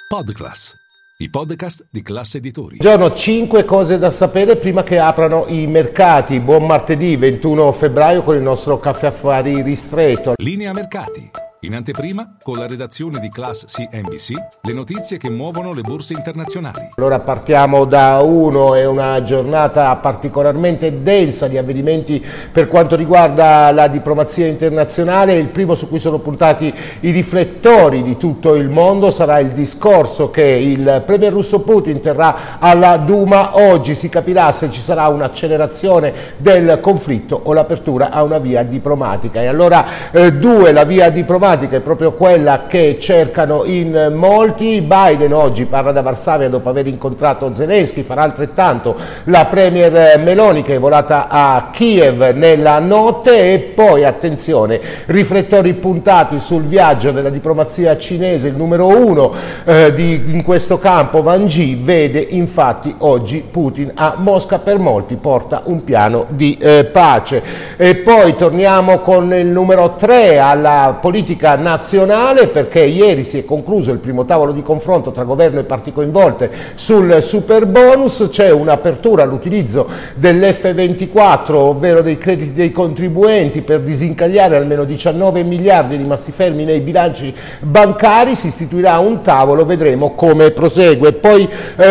Podclass, i podcast di Class Editori. Giorno 5 cose da sapere prima che aprano i mercati. Buon martedì 21 febbraio con il nostro caffè affari ristretto. Linea mercati. In anteprima, con la redazione di Class CNBC, le notizie che muovono le borse internazionali. Allora partiamo da uno, è una giornata particolarmente densa di avvenimenti per quanto riguarda la diplomazia internazionale. Il primo su cui sono puntati i riflettori di tutto il mondo sarà il discorso che il premier russo Putin terrà alla Duma oggi. Si capirà se ci sarà un'accelerazione del conflitto o l'apertura a una via diplomatica. E allora la via diplomatica è proprio quella che cercano in molti. Biden oggi parla da Varsavia dopo aver incontrato Zelensky, farà altrettanto la premier Meloni che è volata a Kiev nella notte. E poi attenzione, riflettori puntati sul viaggio della diplomazia cinese. Il numero uno in questo campo, Wang Yi, vede infatti oggi Putin a Mosca. Per molti porta un piano di pace. E poi torniamo con il numero 3 alla politica nazionale, perché ieri si è concluso il primo tavolo di confronto tra governo e parti coinvolte sul super bonus. C'è un'apertura all'utilizzo dell'F24, ovvero dei crediti dei contribuenti, per disincagliare almeno 19 miliardi rimasti fermi nei bilanci bancari. Si istituirà un tavolo, vedremo come prosegue. Poi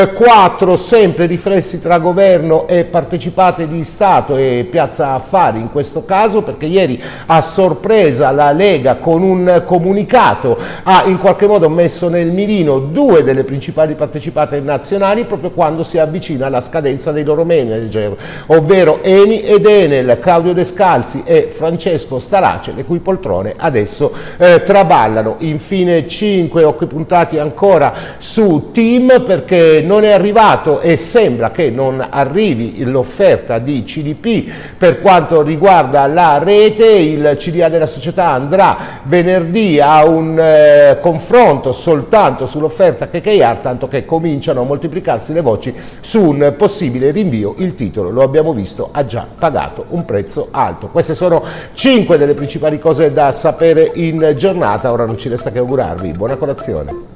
4 sempre riflessi tra governo e partecipate di Stato e Piazza Affari in questo caso, perché ieri a sorpresa la Lega con un comunicato ha in qualche modo messo nel mirino 2 delle principali partecipate nazionali proprio quando si avvicina alla scadenza dei loro manager, ovvero Eni ed Enel, Claudio Descalzi e Francesco Starace, le cui poltrone adesso traballano. Infine 5 occhi puntati ancora su TIM, perché non è arrivato e sembra che non arrivi l'offerta di CDP per quanto riguarda la rete. Il CDA della società andrà venerdì a un confronto soltanto sull'offerta KKR, tanto che cominciano a moltiplicarsi le voci su un possibile rinvio. Il titolo, lo abbiamo visto, ha già pagato un prezzo alto. Queste sono 5 delle principali cose da sapere in giornata. Ora non ci resta che augurarvi buona colazione.